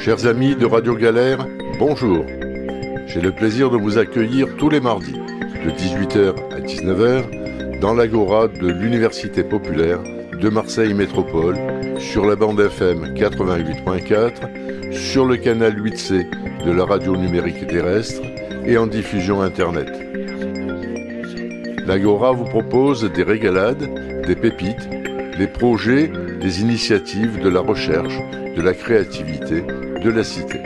Chers amis de Radio Galère, bonjour. J'ai le plaisir de vous accueillir tous les mardis, de 18h à 19h, dans l'Agora de l'Université populaire de Marseille Métropole, sur la bande FM 88.4, sur le canal 8C de la radio numérique terrestre et en diffusion Internet. L'Agora vous propose des régalades, des pépites, des projets, des initiatives, de la recherche, de la créativité, de la cité.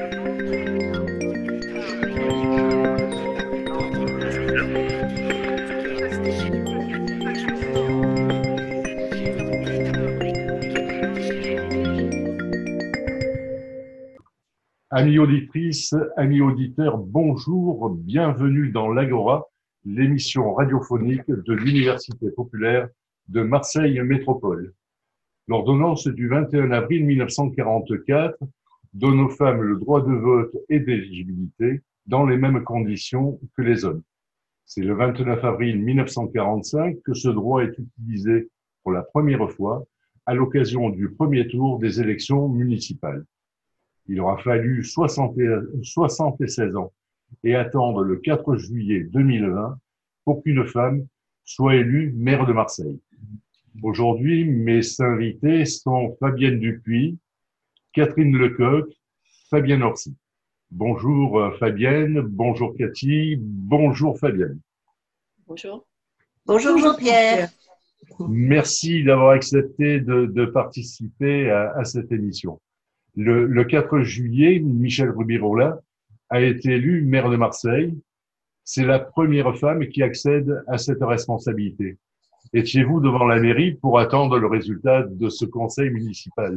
Amis auditrices, amis auditeurs, bonjour, bienvenue dans l'Agora, l'émission radiophonique de l'Université populaire de Marseille Métropole. L'ordonnance du 21 avril 1944 donne aux femmes le droit de vote et d'éligibilité dans les mêmes conditions que les hommes. C'est le 29 avril 1945 que ce droit est utilisé pour la première fois à l'occasion du premier tour des élections municipales. Il aura fallu 76 ans et attendre le 4 juillet 2020 pour qu'une femme soit élue maire de Marseille. Aujourd'hui, mes invités sont Fabienne Dupuis, Catherine Lecoq, Fabienne Orsi. Bonjour Fabienne, bonjour Cathy, bonjour Fabienne. Bonjour. Bonjour Jean-Pierre. Merci d'avoir accepté de participer à cette émission. Le 4 juillet, Michèle Rubirola a été élue maire de Marseille. C'est la première femme qui accède à cette responsabilité. Étiez-vous devant la mairie pour attendre le résultat de ce conseil municipal?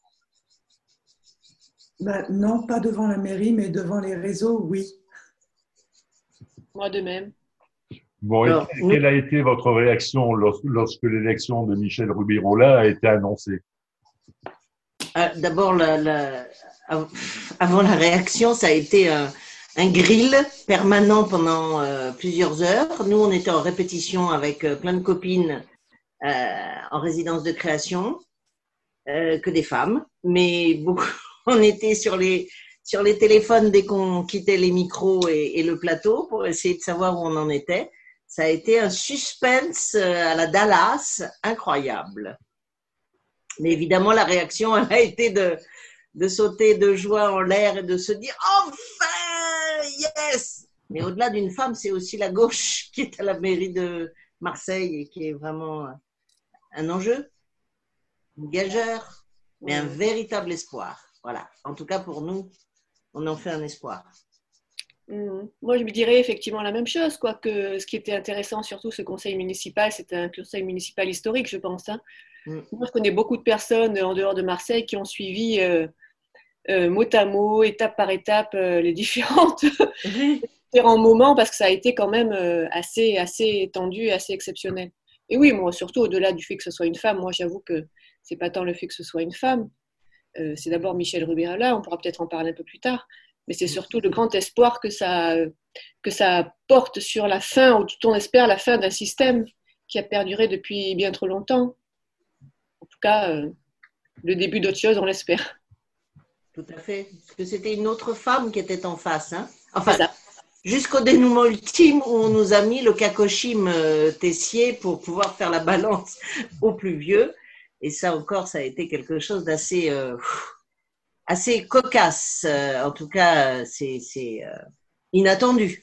Non, pas devant la mairie, mais devant les réseaux, oui. Moi de même. Bon, et quelle a été votre réaction lorsque l'élection de Michèle Rubirola a été annoncée? D'abord, avant la réaction, ça a été un grill permanent pendant plusieurs heures. Nous, on était en répétition avec plein de copines en résidence de création, que des femmes, mais beaucoup, on était sur les téléphones dès qu'on quittait les micros et le plateau pour essayer de savoir où on en était. Ça a été un suspense à la Dallas incroyable. Mais évidemment, la réaction elle a été de sauter de joie en l'air et de se dire « Enfin, yes !» Mais au-delà d'une femme, c'est aussi la gauche qui est à la mairie de Marseille et qui est vraiment un enjeu, un gageur, mais un véritable espoir. Voilà. En tout cas, pour nous, on en fait un espoir. Moi, je me dirais effectivement la même chose, quoique ce qui était intéressant, surtout ce conseil municipal, c'était un conseil municipal historique, je pense. Moi, je connais beaucoup de personnes en dehors de Marseille qui ont suivi mot à mot, étape par étape, les différents moments, parce que ça a été quand même assez tendu, assez exceptionnel. Et oui, moi, surtout au-delà du fait que ce soit une femme, moi, j'avoue que c'est pas tant le fait que ce soit une femme, c'est d'abord Michèle Rubirola, on pourra peut-être en parler un peu plus tard, mais c'est surtout le grand espoir que ça porte sur la fin, ou on espère la fin d'un système qui a perduré depuis bien trop longtemps. En tout cas, le début d'autre chose, on l'espère. Tout à fait. Parce que c'était une autre femme qui était en face. Enfin, jusqu'au dénouement ultime où on nous a mis le Kakoshim Tessier pour pouvoir faire la balance au plus vieux. Et ça encore, ça a été quelque chose d'assez assez cocasse. En tout cas, c'est inattendu.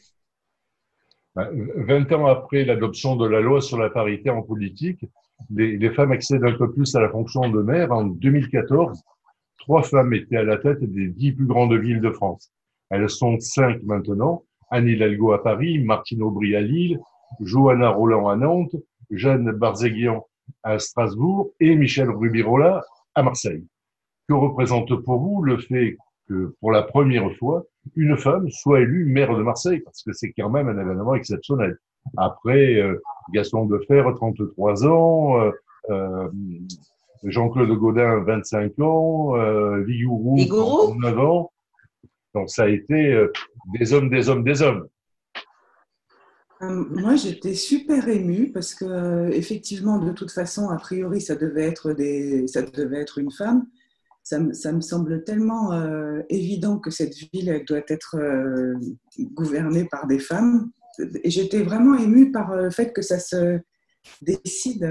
20 ans après l'adoption de la loi sur la parité en politique, les femmes accèdent un peu plus à la fonction de maire. En 2014, 3 femmes étaient à la tête des 10 plus grandes villes de France. Elles sont 5 maintenant. Anne Hidalgo à Paris, Martine Aubry à Lille, Johanna Roland à Nantes, Jeanne Barzéguian à Strasbourg et Michèle Rubirola à Marseille. Que représente pour vous le fait que, pour la première fois, une femme soit élue maire de Marseille? Parce que c'est quand même un événement exceptionnel. Après, Gaston Defferre, 33 ans, Jean-Claude Gaudin, 25 ans, Vigouroux, 39 ans. Donc, ça a été des hommes, des hommes, des hommes. Moi, j'étais super émue parce que, effectivement, de toute façon, a priori, ça devait être une femme. ça me semble tellement évident que cette ville elle doit être gouvernée par des femmes. Et j'étais vraiment émue par le fait que ça se décide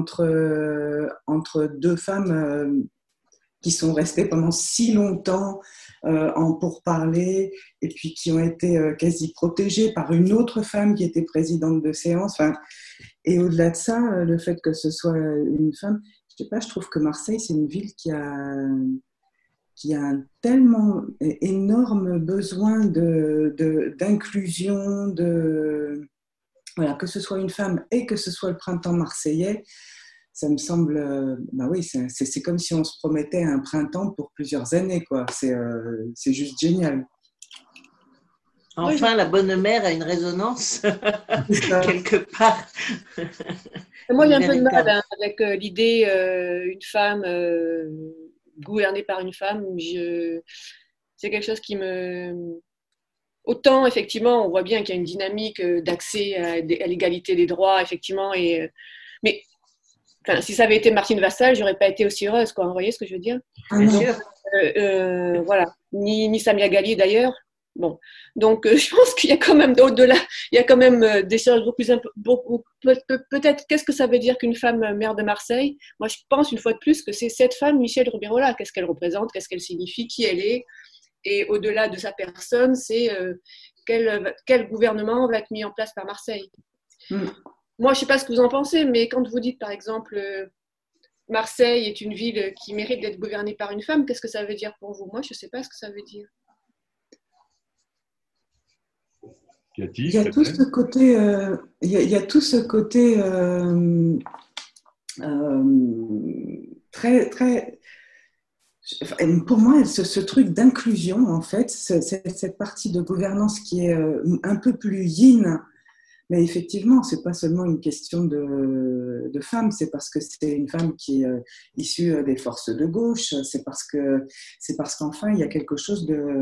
entre deux femmes qui sont restées pendant si longtemps en pourparlers et puis qui ont été quasi protégées par une autre femme qui était présidente de séance. Enfin, et au-delà de ça, le fait que ce soit une femme, je sais pas, je trouve que Marseille, c'est une ville qui a un tellement énorme besoin d'inclusion, voilà, que ce soit une femme et que ce soit le printemps marseillais. Ça me semble, oui, c'est comme si on se promettait un printemps pour plusieurs années, quoi. C'est juste génial. Enfin, la bonne mère a une résonance quelque part. Moi, il y a un peu de mal avec l'idée une femme gouvernée par une femme. C'est quelque chose qui me... Autant, effectivement, on voit bien qu'il y a une dynamique d'accès à l'égalité des droits, effectivement. Mais enfin, si ça avait été Martine Vassal, j'aurais pas été aussi heureuse, quoi. Vous voyez ce que je veux dire? Bien sûr. Voilà. Ni Samia Ghali, d'ailleurs. Bon, donc je pense qu'il y a quand même au-delà, il y a quand même des choses beaucoup peut-être qu'est-ce que ça veut dire qu'une femme maire de Marseille? Moi, je pense une fois de plus que c'est cette femme, Michèle Rubirola. Qu'est-ce qu'elle représente, qu'est-ce qu'elle signifie, qui elle est, et au-delà de sa personne, c'est quel gouvernement va être mis en place par Marseille. Moi, je sais pas ce que vous en pensez, mais quand vous dites par exemple Marseille est une ville qui mérite d'être gouvernée par une femme, qu'est-ce que ça veut dire pour vous? Moi, je sais pas ce que ça veut dire. Il y a tout ce côté, il y a tout ce côté très, très. Pour moi, ce truc d'inclusion, en fait, cette partie de gouvernance qui est un peu plus yin, mais effectivement, c'est pas seulement une question de femme, c'est parce que c'est une femme qui est issue des forces de gauche, c'est parce qu'enfin, il y a quelque chose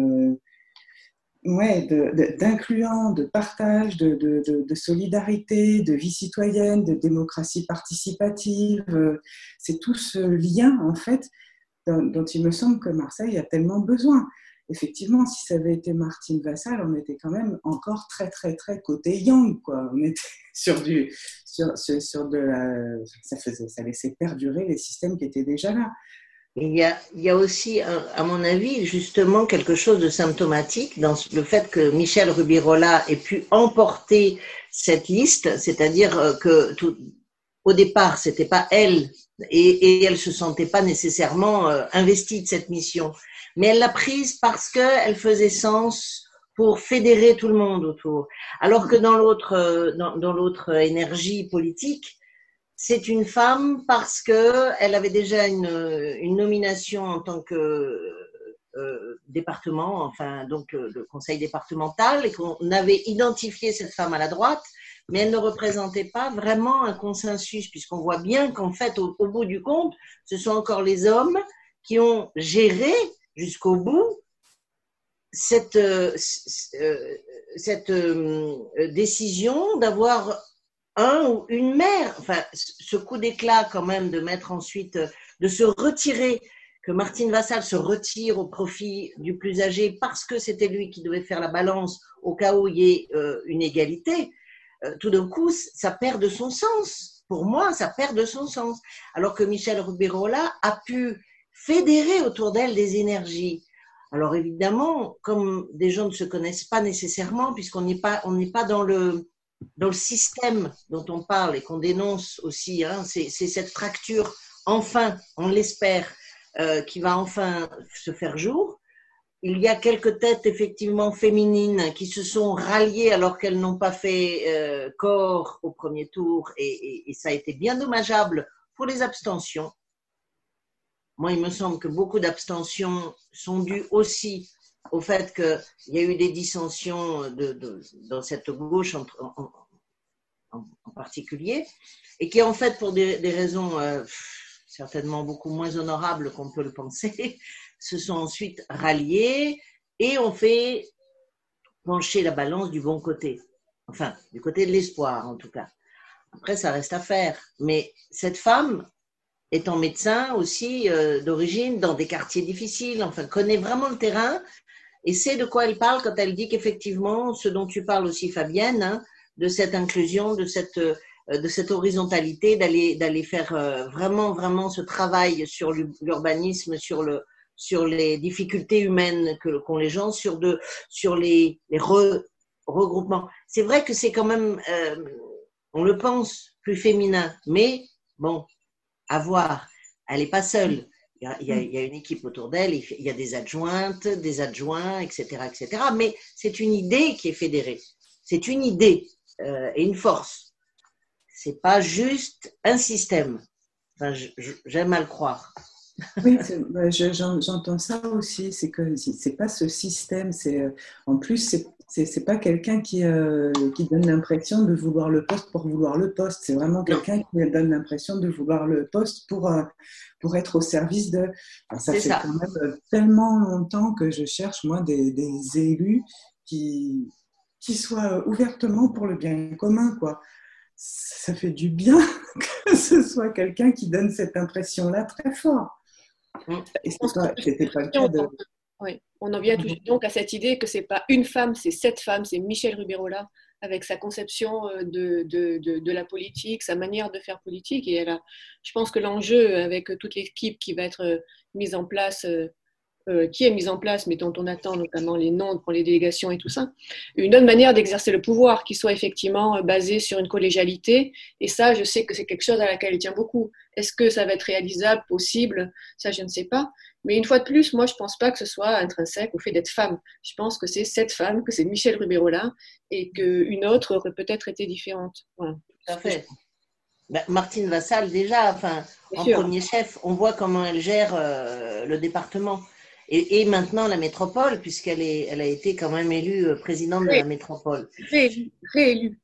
d'incluant, de partage, de solidarité, de vie citoyenne, de démocratie participative. C'est tout ce lien, en fait, dont il me semble que Marseille a tellement besoin. Effectivement, si ça avait été Martine Vassal, on était quand même encore très, très, très côté yang, quoi. On était sur de la... Ça laissait perdurer les systèmes qui étaient déjà là. Il y a aussi, à mon avis, justement quelque chose de symptomatique dans le fait que Michèle Rubirola ait pu emporter cette liste, c'est-à-dire que au départ, c'était pas elle et elle se sentait pas nécessairement investie de cette mission, mais elle l'a prise parce que elle faisait sens pour fédérer tout le monde autour. Alors que dans l'autre énergie politique, c'est une femme parce que elle avait déjà une nomination en tant que département, enfin donc le conseil départemental, et qu'on avait identifié cette femme à la droite, mais elle ne représentait pas vraiment un consensus, puisqu'on voit bien qu'en fait, au bout du compte, ce sont encore les hommes qui ont géré jusqu'au bout cette décision d'avoir un ou une mère, enfin, ce coup d'éclat quand même de mettre ensuite, de se retirer, que Martine Vassal se retire au profit du plus âgé parce que c'était lui qui devait faire la balance au cas où il y ait une égalité, tout d'un coup, ça perd de son sens. Pour moi, ça perd de son sens. Alors que Michèle Rubirola a pu fédérer autour d'elle des énergies. Alors évidemment, comme des gens ne se connaissent pas nécessairement, puisqu'on n'est pas dans le système dont on parle et qu'on dénonce aussi, hein, c'est cette fracture, enfin, on l'espère, qui va enfin se faire jour. Il y a quelques têtes effectivement féminines qui se sont ralliées alors qu'elles n'ont pas fait corps au premier tour et ça a été bien dommageable pour les abstentions. Moi, il me semble que beaucoup d'abstentions sont dues aussi au fait qu'il y a eu des dissensions dans cette gauche en particulier, et qui en fait, pour des raisons certainement beaucoup moins honorables qu'on peut le penser, se sont ensuite ralliés et ont fait pencher la balance du bon côté. Enfin, du côté de l'espoir en tout cas. Après, ça reste à faire. Mais cette femme, étant médecin aussi d'origine, dans des quartiers difficiles, enfin connaît vraiment le terrain et sait de quoi elle parle quand elle dit qu'effectivement, ce dont tu parles aussi Fabienne, hein, de cette inclusion, de cette horizontalité, d'aller faire vraiment ce travail sur l'urbanisme, sur les difficultés humaines qu'ont les gens, sur les regroupements. C'est vrai que c'est quand même, on le pense, plus féminin, mais bon, à voir. Elle n'est pas seule. Il y a une équipe autour d'elle, il y a des adjointes, des adjoints, etc., etc. Mais c'est une idée qui est fédérée. C'est une idée et une force. C'est pas juste un système. Enfin, j'aime à le croire. Oui, j'entends ça aussi. C'est que c'est pas ce système. En plus c'est pas quelqu'un qui donne l'impression de vouloir le poste pour vouloir le poste. C'est vraiment quelqu'un qui donne l'impression de vouloir le poste pour être au service de. Enfin, ça fait quand même tellement longtemps que je cherche moi des élus qui soient ouvertement pour le bien commun, quoi. Ça fait du bien que ce soit quelqu'un qui donne cette impression-là très fort. Et c'était pas le cas de... Oui, on en vient donc à cette idée que c'est pas une femme, c'est cette femme, c'est Michel Rubirola, avec sa conception de la politique, sa manière de faire politique. Et je pense que l'enjeu avec toute l'équipe qui va être mise en place, qui est mise en place, mais dont on attend notamment les noms pour les délégations et tout ça, une autre manière d'exercer le pouvoir qui soit effectivement basée sur une collégialité. Et ça, je sais que c'est quelque chose à laquelle il tient beaucoup. Est-ce que ça va être réalisable, possible? Ça, je ne sais pas. Mais une fois de plus, moi, je ne pense pas que ce soit intrinsèque au fait d'être femme. Je pense que c'est cette femme, que c'est Michel Rubirola, et qu'une autre aurait peut-être été différente. Voilà. Tout à fait. Martine Vassal, déjà, en premier chef, on voit comment elle gère le département. Et maintenant la métropole, puisqu'elle a été quand même élue présidente de la métropole. Réélue,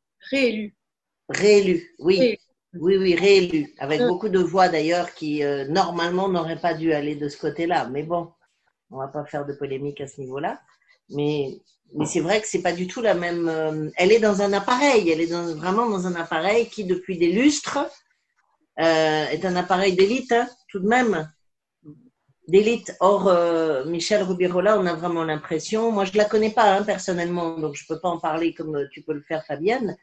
oui. Oui, réélue. Avec beaucoup de voix d'ailleurs qui normalement n'auraient pas dû aller de ce côté-là. Mais bon, on ne va pas faire de polémique à ce niveau-là. Mais c'est vrai que ce n'est pas du tout la même. Elle est dans un appareil, vraiment dans un appareil qui, depuis des lustres, est un appareil d'élite, hein, tout de même. D'élite. Or, Michel Rubirola, on a vraiment l'impression, moi je ne la connais pas hein, personnellement, donc je ne peux pas en parler comme tu peux le faire Fabienne.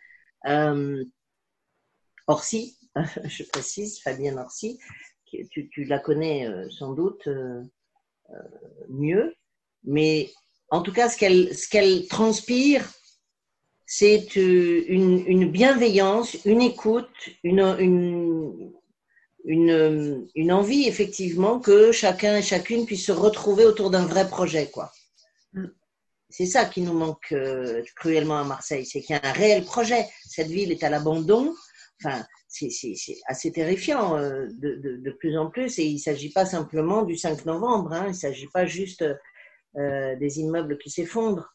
Orsi, je précise, Fabienne Orsi, tu la connais sans doute mieux, mais en tout cas ce qu'elle transpire, c'est une bienveillance, une écoute, une envie effectivement que chacun et chacune puisse se retrouver autour d'un vrai projet, quoi. C'est ça qui nous manque cruellement à Marseille, c'est qu'il y a un réel projet. Cette ville est à l'abandon. Enfin, c'est assez terrifiant de plus en plus. Et il ne s'agit pas simplement du 5 novembre. Hein, il ne s'agit pas juste des immeubles qui s'effondrent.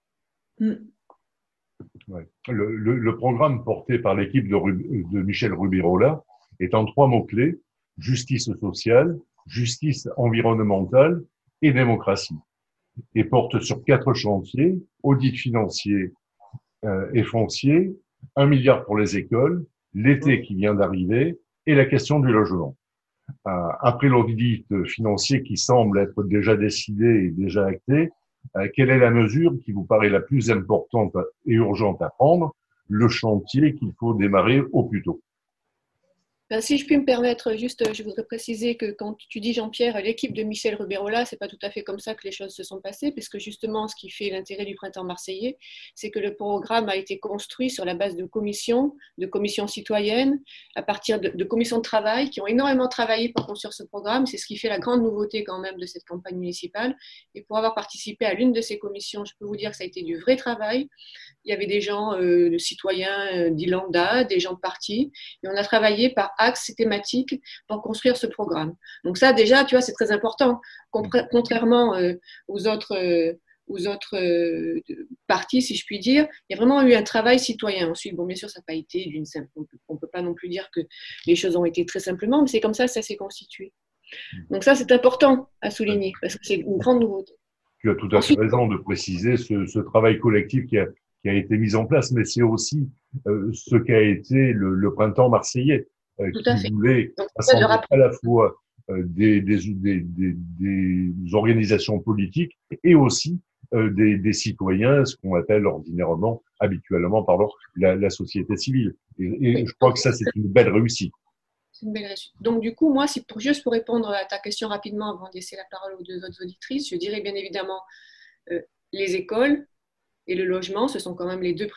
Ouais. Le programme porté par l'équipe de Michel Rubirola est en 3 mots-clés: justice sociale, justice environnementale et démocratie. Et porte sur 4 chantiers: audit financier et foncier, 1 milliard pour les écoles, l'été qui vient d'arriver et la question du logement. Après l'audit financier qui semble être déjà décidé et déjà acté, quelle est la mesure qui vous paraît la plus importante et urgente à prendre, le chantier qu'il faut démarrer au plus tôt? Ben, si je puis me permettre, juste, je voudrais préciser que quand tu dis, Jean-Pierre, l'équipe de Michel Rubirola, c'est pas tout à fait comme ça que les choses se sont passées, puisque justement, ce qui fait l'intérêt du Printemps marseillais, c'est que le programme a été construit sur la base de commissions citoyennes, à partir de commissions de travail qui ont énormément travaillé pour construire ce programme. C'est ce qui fait la grande nouveauté quand même de cette campagne municipale. Et pour avoir participé à l'une de ces commissions, je peux vous dire que ça a été du vrai travail. Il y avait des gens, de citoyens dits lambda, des gens de parti, et on a travaillé par axes thématiques pour construire ce programme. Donc ça, déjà, tu vois, c'est très important. Contrairement aux autres partis, si je puis dire, il y a vraiment eu un travail citoyen. Ensuite, bon, bien sûr, ça n'a pas été d'une simple... On ne peut pas non plus dire que les choses ont été très simplement, mais c'est comme ça s'est constitué. Donc ça, c'est important à souligner, parce que c'est une grande nouveauté. Tu as tout à fait raison de préciser ce travail collectif qui a été mis en place, mais c'est aussi ce qu'a été le printemps marseillais. Tout à qui fait. voulait Donc, rassembler à la fois des organisations politiques et aussi des citoyens, ce qu'on appelle habituellement, pardon, la société civile. Et oui. je crois que ça, c'est une belle réussite. C'est une belle réussite. Donc, du coup, moi, juste pour répondre à ta question rapidement avant de laisser la parole aux deux autres auditrices, je dirais bien évidemment les écoles et le logement, ce sont quand même les deux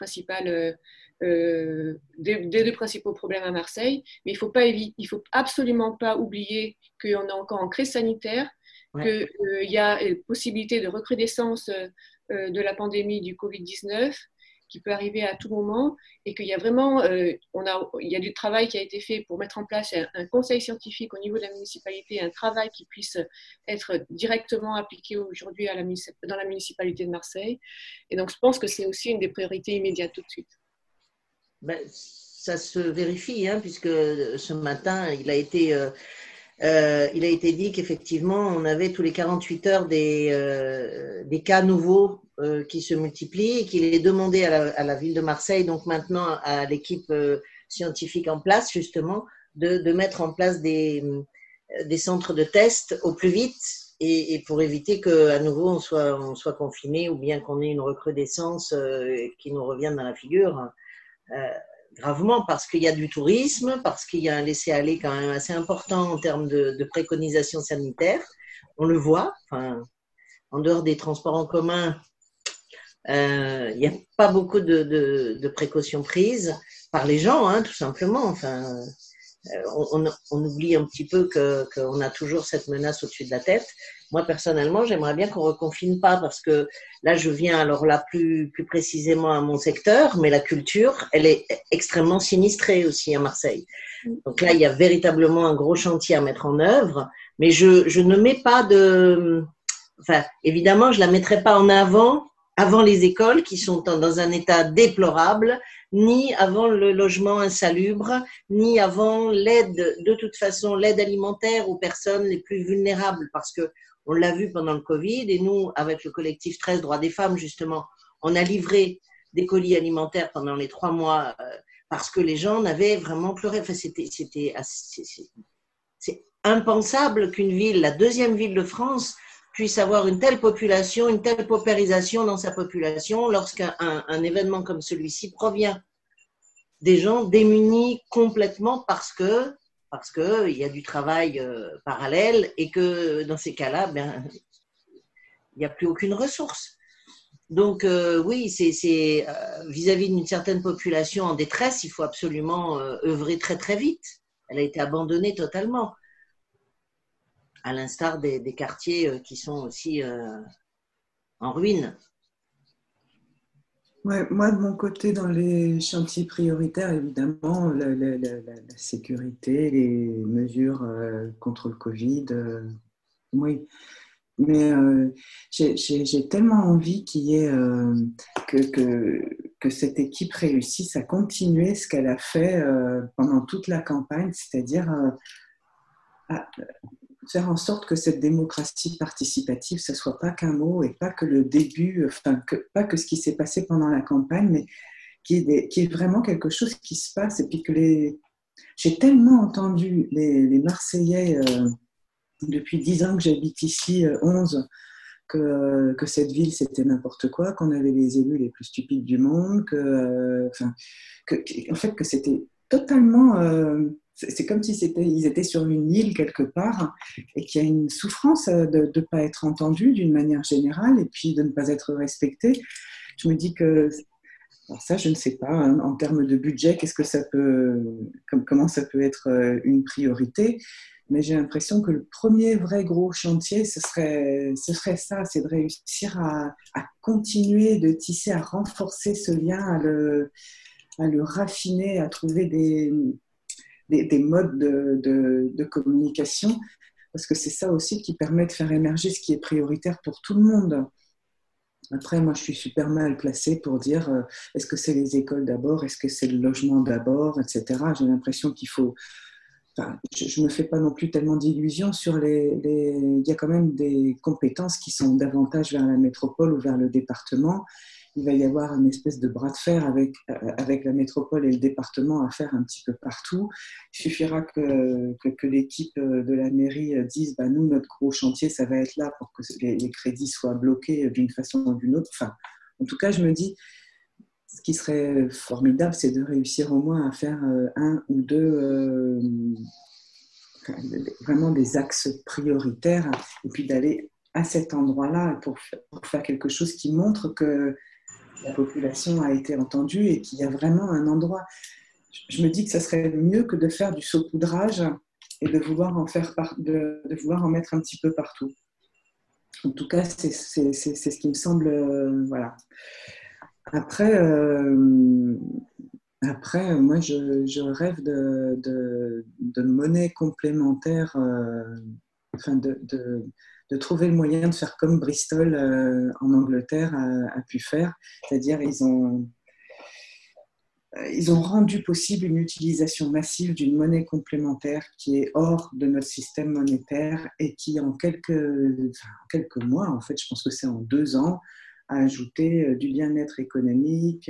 des deux principaux problèmes à Marseille. Mais il faut absolument pas oublier qu'on est encore en crise sanitaire, qu'il y a possibilité de recrudescence de la pandémie du Covid-19 qui peut arriver à tout moment et qu'il y a vraiment, il y a du travail qui a été fait pour mettre en place un conseil scientifique au niveau de la municipalité, un travail qui puisse être directement appliqué aujourd'hui dans la municipalité de Marseille. Et donc, je pense que c'est aussi une des priorités immédiates tout de suite. Ben, ça se vérifie, hein, puisque ce matin, il a été dit qu'effectivement, on avait tous les 48 heures des cas nouveaux qui se multiplient et qu'il est demandé à la ville de Marseille, donc maintenant à l'équipe scientifique en place, justement, de mettre en place des centres de tests au plus vite et pour éviter qu'à nouveau on soit confiné ou bien qu'on ait une recrudescence qui nous revienne dans la figure. Gravement parce qu'il y a du tourisme, parce qu'il y a un laisser-aller quand même assez important en termes de préconisations sanitaires. On le voit, en dehors des transports en commun, il n'y a pas beaucoup de précautions prises par les gens, hein, tout simplement. On oublie un petit peu qu'on a toujours cette menace au-dessus de la tête. Moi, personnellement, j'aimerais bien qu'on ne reconfine pas parce que là, je viens alors là plus précisément à mon secteur, mais la culture, elle est extrêmement sinistrée aussi à Marseille. Donc là, il y a véritablement un gros chantier à mettre en œuvre, mais je ne mets pas évidemment, je ne la mettrai pas en avant les écoles qui sont dans un état déplorable, ni avant le logement insalubre, ni avant de toute façon, l'aide alimentaire aux personnes les plus vulnérables, parce que on l'a vu pendant le Covid, et nous, avec le collectif 13 Droits des Femmes, justement, on a livré des colis alimentaires pendant les 3 mois parce que les gens n'avaient vraiment plus rien. C'est impensable qu'une ville, la deuxième ville de France, puisse avoir une telle population, une telle paupérisation dans sa population lorsqu'un événement comme celui-ci provient des gens démunis complètement parce que il y a du travail parallèle et que dans ces cas-là, il n'y a plus aucune ressource. Donc oui, c'est vis-à-vis d'une certaine population en détresse, il faut absolument œuvrer très très vite. Elle a été abandonnée totalement, à l'instar des quartiers qui sont aussi en ruine. Ouais, moi, de mon côté, dans les chantiers prioritaires, évidemment, la sécurité, les mesures contre le Covid, oui. Mais j'ai tellement envie qu'il y ait que cette équipe réussisse à continuer ce qu'elle a fait pendant toute la campagne, c'est-à-dire faire en sorte que cette démocratie participative, ce ne soit pas qu'un mot et pas que le début, pas que ce qui s'est passé pendant la campagne, mais qui est vraiment quelque chose qui se passe. Et puis j'ai tellement entendu les Marseillais, depuis 10 ans que j'habite ici, 11, que cette ville, c'était n'importe quoi, qu'on avait les élus les plus stupides du monde, en fait, que c'était totalement... c'est comme si ils étaient sur une île quelque part et qu'il y a une souffrance de ne pas être entendus d'une manière générale et puis de ne pas être respectés. Je me dis que, alors ça, je ne sais pas, hein, en termes de budget, comment ça peut être une priorité, mais j'ai l'impression que le premier vrai gros chantier, ce serait ça, c'est de réussir à continuer de tisser, à renforcer ce lien, à le raffiner, à trouver des modes de communication, parce que c'est ça aussi qui permet de faire émerger ce qui est prioritaire pour tout le monde. Après, moi, je suis super mal placée pour dire est-ce que c'est les écoles d'abord, est-ce que c'est le logement d'abord, etc. J'ai l'impression qu'il faut... je ne me fais pas non plus tellement d'illusions sur il y a quand même des compétences qui sont davantage vers la métropole ou vers le département. il va y avoir une espèce de bras de fer avec la métropole et le département à faire un petit peu partout. Il suffira que l'équipe de la mairie dise nous, notre gros chantier, ça va être là pour que les crédits soient bloqués d'une façon ou d'une autre. Enfin, en tout cas, je me dis, ce qui serait formidable, c'est de réussir au moins à faire un ou deux, vraiment des axes prioritaires, et puis d'aller à cet endroit-là pour faire quelque chose qui montre que la population a été entendue et qu'il y a vraiment un endroit. Je me dis que ça serait mieux que de faire du saupoudrage et de vouloir de vouloir en mettre un petit peu partout. En tout cas, c'est ce qui me semble, voilà. Après, moi, je rêve de monnaie complémentaire, enfin de trouver le moyen de faire comme Bristol en Angleterre a pu faire, c'est-à-dire ils ont rendu possible une utilisation massive d'une monnaie complémentaire qui est hors de notre système monétaire et qui en quelques mois, en fait, je pense que c'est en 2 ans, a ajouté du bien-être économique,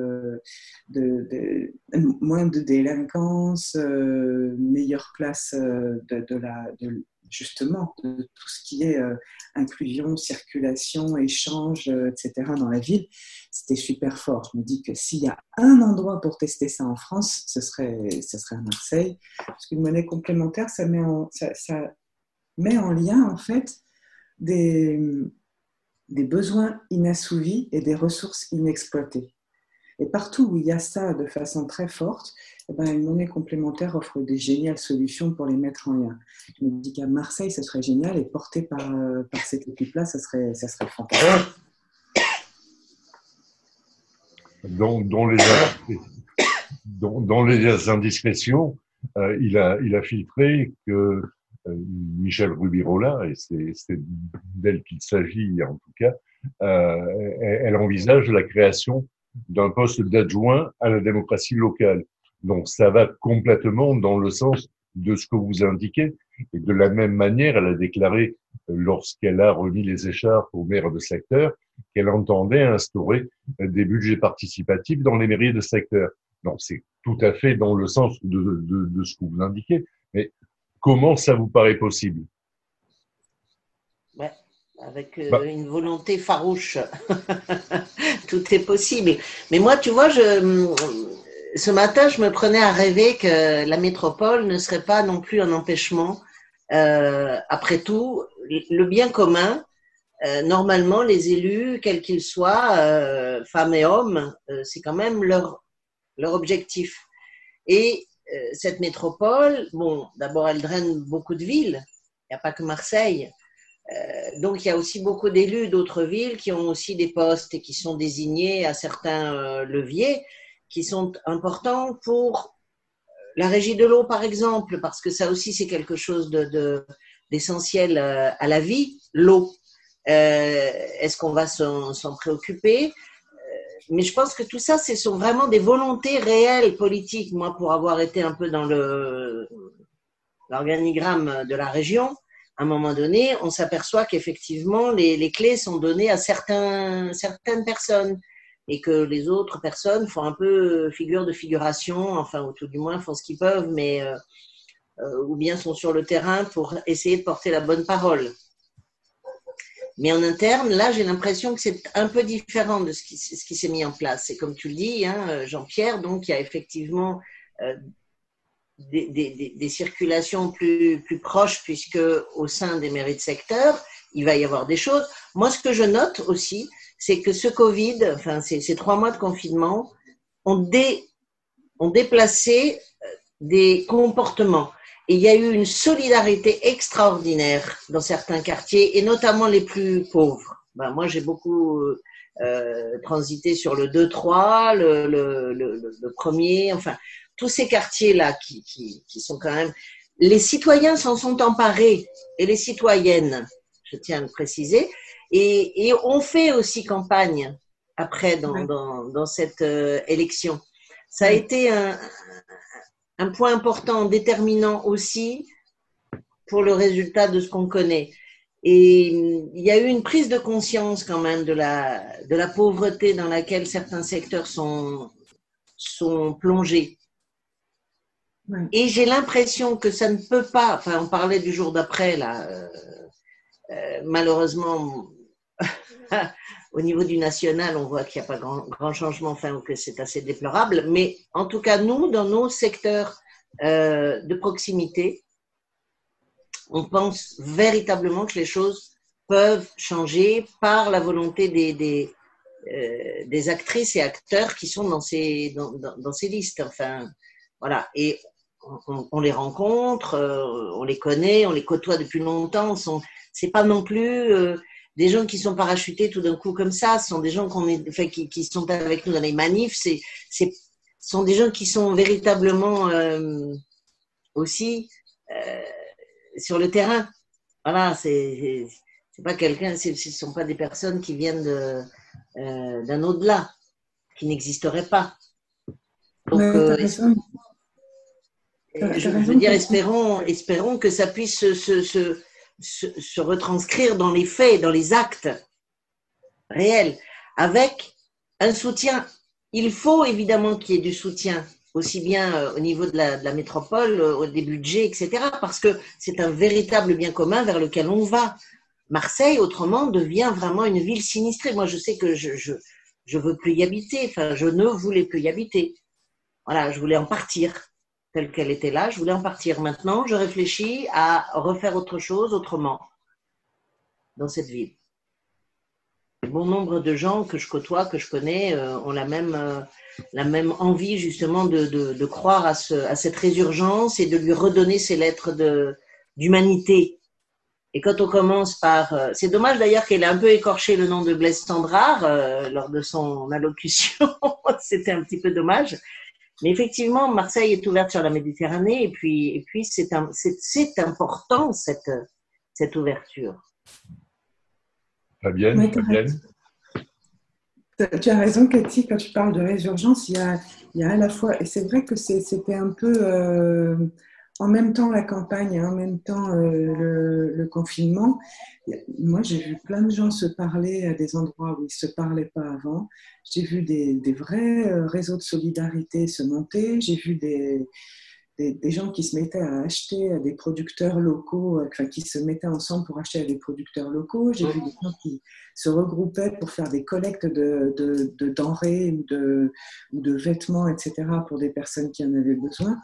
moins de délinquance, meilleure place justement de tout ce qui est inclusion, circulation, échange, etc. dans la ville. C'était super fort. Je me dis que s'il y a un endroit pour tester ça en France, ce serait à Marseille. Parce qu'une monnaie complémentaire, ça met en lien, en fait, des besoins inassouvis et des ressources inexploitées. Et partout où il y a ça de façon très forte, une monnaie complémentaire offre des géniales solutions pour les mettre en lien. Je me dis qu'à Marseille, ce serait génial, et porté par cette équipe-là, ça serait fantastique. Dans les indiscrétions, il a filtré que Michel Rubirola, et c'est d'elle qu'il s'agit en tout cas, elle envisage la création d'un poste d'adjoint à la démocratie locale. Donc ça va complètement dans le sens de ce que vous indiquez. Et de la même manière, elle a déclaré, lorsqu'elle a remis les écharpes au maire de secteur, qu'elle entendait instaurer des budgets participatifs dans les mairies de secteur. Donc c'est tout à fait dans le sens de ce que vous indiquez. Mais comment ça vous paraît possible? Ouais, avec une volonté farouche, tout est possible. Mais moi, tu vois, ce matin, je me prenais à rêver que la métropole ne serait pas non plus un empêchement. Après tout, le bien commun, normalement, les élus, quels qu'ils soient, femmes et hommes, c'est quand même leur objectif. Et cette métropole, bon, d'abord, elle draine beaucoup de villes. Il n'y a pas que Marseille. Donc, il y a aussi beaucoup d'élus d'autres villes qui ont aussi des postes et qui sont désignés à certains leviers qui sont importants pour la régie de l'eau, par exemple, parce que ça aussi, c'est quelque chose d'essentiel à la vie, l'eau. Est-ce qu'on va s'en préoccuper? Mais je pense que tout ça, ce sont vraiment des volontés réelles politiques. Moi, pour avoir été un peu dans l'organigramme de la région, à un moment donné, on s'aperçoit qu'effectivement, les clés sont données à certaines personnes et que les autres personnes font un peu figure de figuration, enfin, ou tout du moins font ce qu'ils peuvent, mais ou bien sont sur le terrain pour essayer de porter la bonne parole. Mais en interne, là, j'ai l'impression que c'est un peu différent de ce qui s'est mis en place. Et comme tu le dis, hein, Jean-Pierre, donc il y a effectivement des circulations plus proches, puisque au sein des mairies de secteur, il va y avoir des choses. Moi, ce que je note aussi, c'est que ce Covid, enfin ces 3 mois de confinement, ont déplacé des comportements. Et il y a eu une solidarité extraordinaire dans certains quartiers, et notamment les plus pauvres. Moi, j'ai beaucoup transité sur le 2-3, le premier, enfin, tous ces quartiers-là qui sont quand même… Les citoyens s'en sont emparés, et les citoyennes, je tiens à le préciser, et on fait aussi campagne après dans cette élection. Ça a été un point important, déterminant aussi pour le résultat de ce qu'on connaît. Et il y a eu une prise de conscience quand même de la pauvreté dans laquelle certains secteurs sont plongés. Ouais. Et j'ai l'impression que ça ne peut pas, enfin on parlait du jour d'après là, malheureusement au niveau du national on voit qu'il n'y a pas grand changement, enfin ou que c'est assez déplorable, mais en tout cas nous dans nos secteurs de proximité, on pense véritablement que les choses peuvent changer par la volonté des actrices et acteurs qui sont dans ces listes. Enfin, voilà. Et on les rencontre, on les connaît, on les côtoie depuis longtemps. C'est pas non plus des gens qui sont parachutés tout d'un coup comme ça. Ce sont des gens qui sont avec nous dans les manifs. Ce sont des gens qui sont véritablement aussi sur le terrain. Voilà, c'est pas quelqu'un, ce sont pas des personnes qui viennent d'un au-delà, qui n'existeraient pas. Donc, je veux dire, espérons que ça puisse se retranscrire dans les faits, dans les actes réels, avec un soutien. Il faut évidemment qu'il y ait du soutien, aussi bien au niveau de la métropole, des budgets, etc., parce que c'est un véritable bien commun vers lequel on va. Marseille, autrement, devient vraiment une ville sinistrée. Moi, je sais que je veux plus y habiter. Enfin, je ne voulais plus y habiter. Voilà, je voulais en partir. Telle qu'elle était là, je voulais en partir. Maintenant, je réfléchis à refaire autre chose autrement dans cette ville. Bon nombre de gens que je côtoie, que je connais, ont la même envie justement de croire à cette résurgence et de lui redonner ses lettres d'humanité. Et quand on commence par... c'est dommage d'ailleurs qu'elle ait un peu écorché le nom de Blaise Cendrars lors de son allocution. C'était un petit peu dommage. Mais effectivement, Marseille est ouverte sur la Méditerranée et puis c'est important cette ouverture. Fabienne. Tu as raison, Cathy, quand tu parles de résurgence, il y a à la fois, et c'est vrai que c'était un peu en même temps la campagne et en même temps le confinement. Moi, j'ai vu plein de gens se parler à des endroits où ils ne se parlaient pas avant. J'ai vu des vrais réseaux de solidarité se monter. J'ai vu des gens qui se mettaient à acheter à des producteurs locaux, qui se mettaient ensemble pour acheter à des producteurs locaux. J'ai vu des gens qui se regroupaient pour faire des collectes de denrées ou de vêtements, etc., pour des personnes qui en avaient besoin.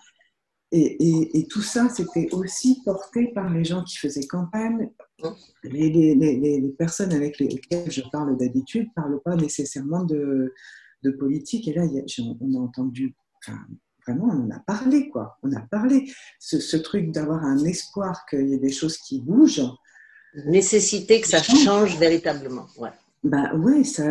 Et tout ça, c'était aussi porté par les gens qui faisaient campagne. Les personnes avec lesquelles je parle d'habitude ne parlent pas nécessairement de politique. Et là, on a entendu... Vraiment, on en a parlé, quoi. On a parlé. Ce truc d'avoir un espoir qu'il y ait des choses qui bougent. Nécessité que ça change véritablement. Ouais. Ben oui, ça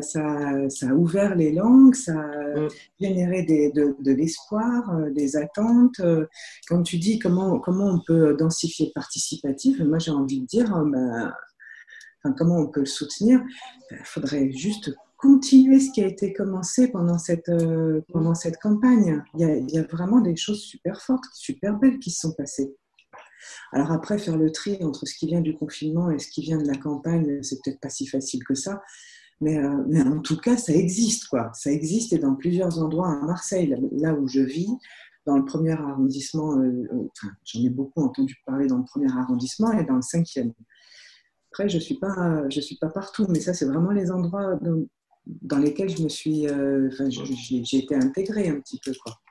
a ouvert les langues, ça a généré de l'espoir, des attentes. Quand tu dis comment on peut densifier le participatif, moi j'ai envie de dire, comment on peut le soutenir, il faudrait juste continuer ce qui a été commencé pendant cette campagne. Il y a vraiment des choses super fortes, super belles qui se sont passées. Alors après, faire le tri entre ce qui vient du confinement et ce qui vient de la campagne, c'est peut-être pas si facile que ça. Mais en tout cas, ça existe, quoi. Ça existe et dans plusieurs endroits à Marseille, là où je vis, dans le premier arrondissement, j'en ai beaucoup entendu parler dans le premier arrondissement et dans le 5e. Après, je suis pas partout, mais ça, c'est vraiment les endroits dans lesquels je me suis, j'ai été intégrée un petit peu, quoi.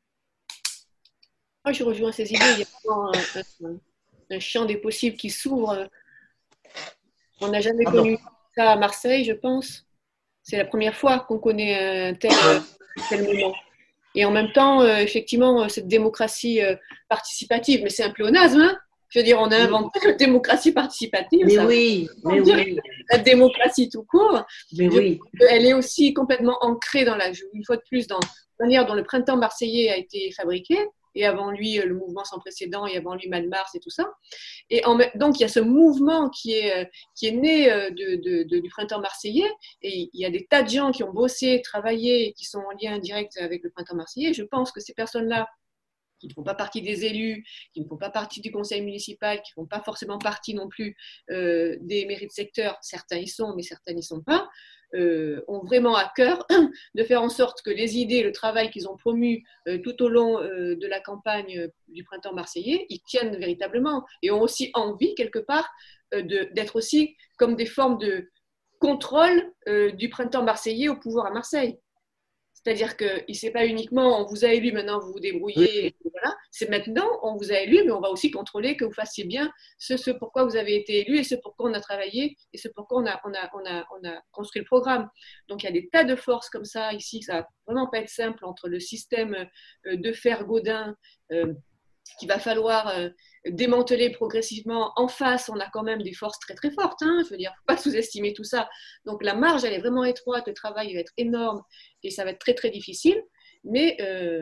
Moi, je rejoins ces idées. Il y a vraiment un champ des possibles qui s'ouvre. On n'a jamais connu ça à Marseille, je pense. C'est la première fois qu'on connaît un tel moment. Et en même temps, effectivement, cette démocratie participative, mais c'est un pléonasme, hein. Je veux dire, on a inventé la démocratie participative. Mais oui. La démocratie tout court. Mais oui. Elle est aussi complètement ancrée une fois de plus, dans la manière dont le printemps marseillais a été fabriqué. Et avant lui, le mouvement sans précédent, et avant lui, Mad Mars et tout ça. Et donc, il y a ce mouvement qui est né du printemps marseillais. Et il y a des tas de gens qui ont bossé, travaillé, et qui sont en lien direct avec le printemps marseillais. Je pense que ces personnes-là qui ne font pas partie des élus, qui ne font pas partie du conseil municipal, qui ne font pas forcément partie non plus des mairies de secteur, certains y sont, mais certains n'y sont pas, ont vraiment à cœur de faire en sorte que les idées, le travail qu'ils ont promu tout au long de la campagne du printemps marseillais, ils tiennent véritablement et ont aussi envie, quelque part, d'être aussi comme des formes de contrôle du printemps marseillais au pouvoir à Marseille. C'est-à-dire que ce n'est pas uniquement on vous a élu, maintenant vous vous débrouillez, et voilà. C'est maintenant on vous a élu, mais on va aussi contrôler que vous fassiez bien ce pourquoi vous avez été élu et ce pourquoi on a travaillé et ce pourquoi on a construit le programme. Donc il y a des tas de forces comme ça ici, ça ne va vraiment pas être simple entre le système de fer Gaudin qu'il va falloir démanteler progressivement. En face, on a quand même des forces très très fortes. Je veux dire, il ne faut pas sous-estimer tout ça. Donc la marge, elle est vraiment étroite, le travail va être énorme et ça va être très très difficile. Mais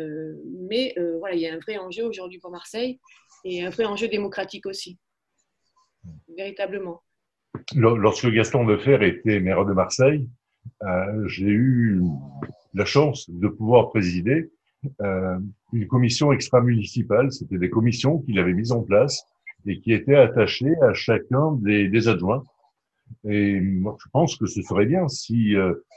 voilà, il y a un vrai enjeu aujourd'hui pour Marseille et un vrai enjeu démocratique aussi, véritablement. Lorsque Gaston Defferre était maire de Marseille, j'ai eu la chance de pouvoir présider une commission extra-municipale. C'était des commissions qu'il avait mises en place et qui étaient attachées à chacun des adjoints. Et moi, je pense que ce serait bien si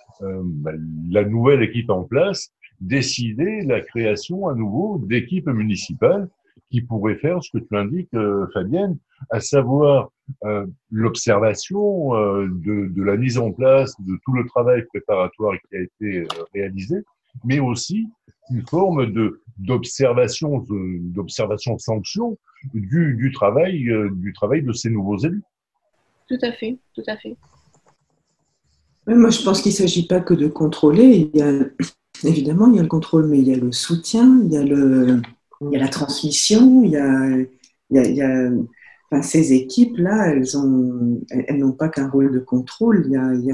la nouvelle équipe en place décidait la création à nouveau d'équipes municipales qui pourraient faire ce que tu indiques, Fabienne, à savoir l'observation de la mise en place de tout le travail préparatoire qui a été réalisé, mais aussi une forme d'observation sanction du travail de ces nouveaux élus. Tout à fait, tout à fait. Moi, je pense qu'il ne s'agit pas que de contrôler. Évidemment, il y a le contrôle, mais il y a le soutien, il y a la transmission, enfin, ces équipes-là, elles n'ont pas qu'un rôle de contrôle.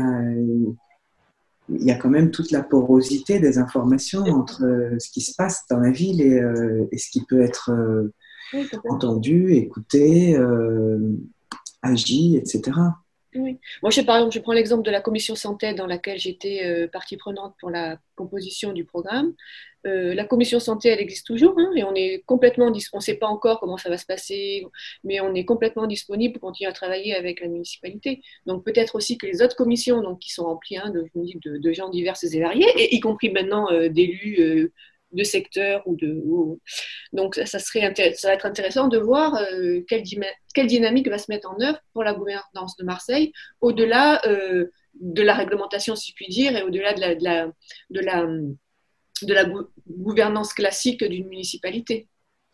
Il y a quand même toute la porosité des informations entre ce qui se passe dans la ville et ce qui peut être entendu, écouté, agi, etc. Oui. Moi, par exemple, je prends l'exemple de la commission santé dans laquelle j'étais partie prenante pour la composition du programme. La commission santé, elle existe toujours, et on est complètement, on ne sait pas encore comment ça va se passer, mais on est complètement disponible pour continuer à travailler avec la municipalité. Donc peut-être aussi que les autres commissions, donc qui sont remplies de gens divers et variés, et y compris maintenant d'élus de secteur donc ça va être intéressant de voir quelle dynamique va se mettre en œuvre pour la gouvernance de Marseille au-delà de la réglementation, si je puis dire, et au-delà de la gouvernance classique d'une municipalité.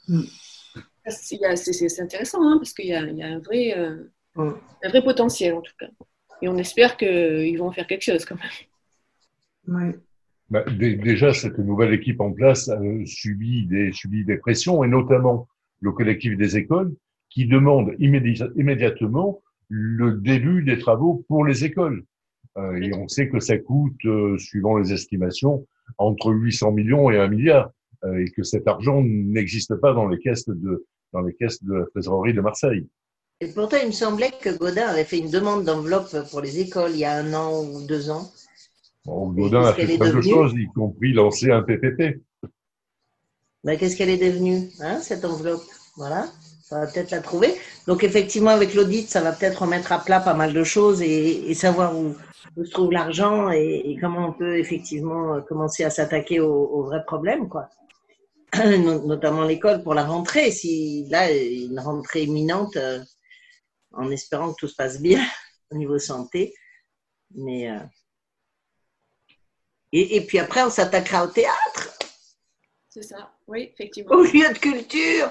C'est intéressant, parce qu'il y a un vrai potentiel en tout cas, et on espère qu'ils vont faire quelque chose quand même. Ouais. Déjà, cette nouvelle équipe en place subit des pressions, et notamment le collectif des écoles, qui demande immédiatement le début des travaux pour les écoles. Et on sait que ça coûte, suivant les estimations, entre 800 millions et 1 milliard, et que cet argent n'existe pas dans les caisses de la trésorerie de Marseille. Et pourtant, il me semblait que Gaudin avait fait une demande d'enveloppe pour les écoles il y a 1 an ou 2 ans. Bon, Gaudin a fait plein de choses, y compris lancer un PPP. Qu'est-ce qu'elle est devenue, cette enveloppe? Voilà, ça va peut-être la trouver. Donc, effectivement, avec l'audit, ça va peut-être remettre à plat pas mal de choses et savoir où se trouve l'argent et comment on peut effectivement commencer à s'attaquer aux vrais problèmes, quoi. Notamment l'école pour la rentrée. Si là, une rentrée imminente, en espérant que tout se passe bien au niveau santé. Mais et puis après, on s'attaquera au théâtre. C'est ça, oui, effectivement. Au lieu de culture.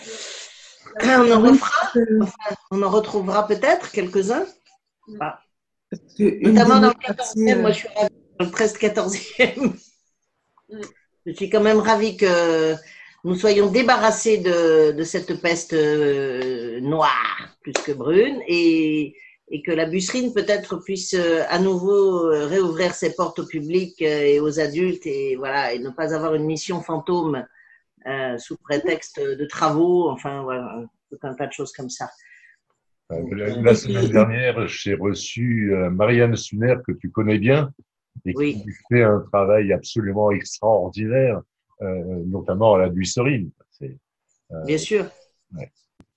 On en retrouvera peut-être quelques-uns. Notamment dans le 14e. Moi, je suis ravie dans le presque 14e. Je suis quand même ravie que nous soyons débarrassés de cette peste noire plus que brune et que la Busserine peut-être puisse à nouveau réouvrir ses portes au public et aux adultes et voilà, et ne pas avoir une mission fantôme sous prétexte de travaux, enfin voilà, tout un tas de choses comme ça. La semaine dernière, j'ai reçu Marianne Sunner, que tu connais bien, et qui fait un travail absolument extraordinaire, notamment à la Busserine. Bien sûr. Ouais.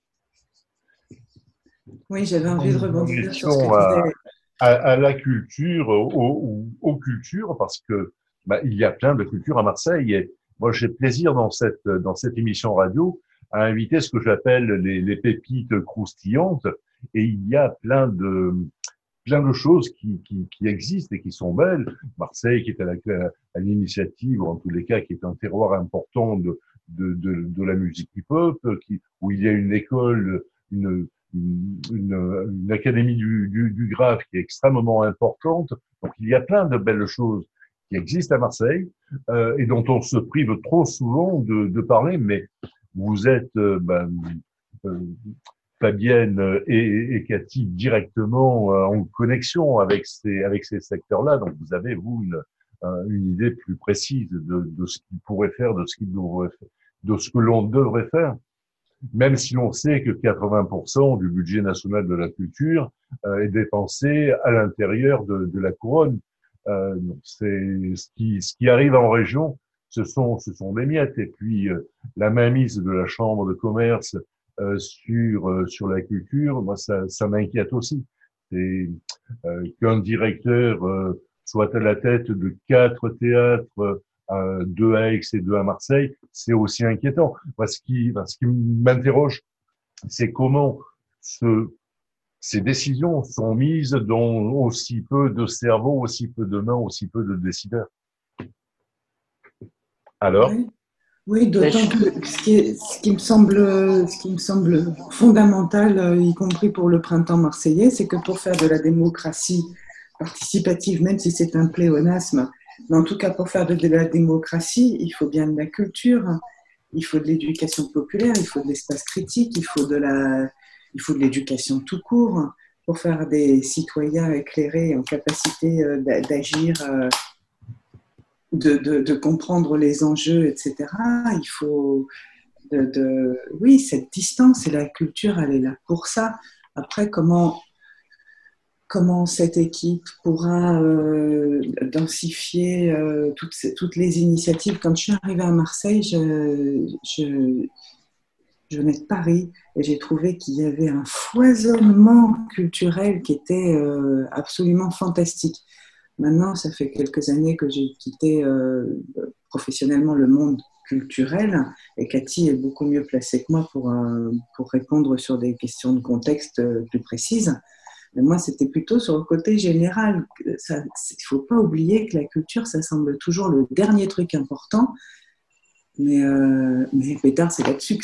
Oui, j'avais envie de rebondir sur ce que tu disais. À la culture, aux cultures, parce que il y a plein de cultures à Marseille. Et moi, j'ai plaisir dans cette émission radio à inviter ce que j'appelle les pépites croustillantes. Et il y a plein de choses qui existent et qui sont belles. Marseille, qui est à l'initiative, ou en tous les cas, qui est un terroir important de la musique hip-hop, où il y a une école, une académie du graphe qui est extrêmement importante. Donc, il y a plein de belles choses qui existent à Marseille, et dont on se prive trop souvent de parler, mais vous êtes, Fabienne et Cathy directement en connexion avec ces secteurs-là. Donc, vous avez, vous, une idée plus précise de ce qu'ils pourraient faire, de ce que l'on devrait faire. Même si l'on sait que 80% du budget national de la culture est dépensé à l'intérieur de la couronne. Donc c'est ce qui arrive en région, ce sont des miettes. Et puis la mainmise de la chambre de commerce sur la culture, moi ça m'inquiète aussi. C'est qu'un directeur soit à la tête de 4 théâtres, 2 à Aix et 2 à Marseille, c'est aussi inquiétant. Moi, ce qui m'interroge, c'est comment ces décisions sont mises dans aussi peu de cerveaux, aussi peu de mains, aussi peu de décideurs. Alors? Oui, d'autant que ce qui me semble fondamental, y compris pour le printemps marseillais, c'est que pour faire de la démocratie participative, même si c'est un pléonasme, mais en tout cas, pour faire de la démocratie, il faut bien de la culture, il faut de l'éducation populaire, il faut de l'espace critique, il faut de l'éducation tout court pour faire des citoyens éclairés en capacité d'agir, de comprendre les enjeux, etc. Il faut oui, cette distance, et la culture, elle est là pour ça. Après, comment cette équipe pourra densifier toutes les initiatives. Quand je suis arrivée à Marseille, je venais de Paris et j'ai trouvé qu'il y avait un foisonnement culturel qui était absolument fantastique. Maintenant, ça fait quelques années que j'ai quitté professionnellement le monde culturel, et Cathy est beaucoup mieux placée que moi pour répondre sur des questions de contexte plus précises. Mais moi, c'était plutôt sur le côté général. Il ne faut pas oublier que la culture, ça semble toujours le dernier truc important. Mais Pétard, c'est là-dessus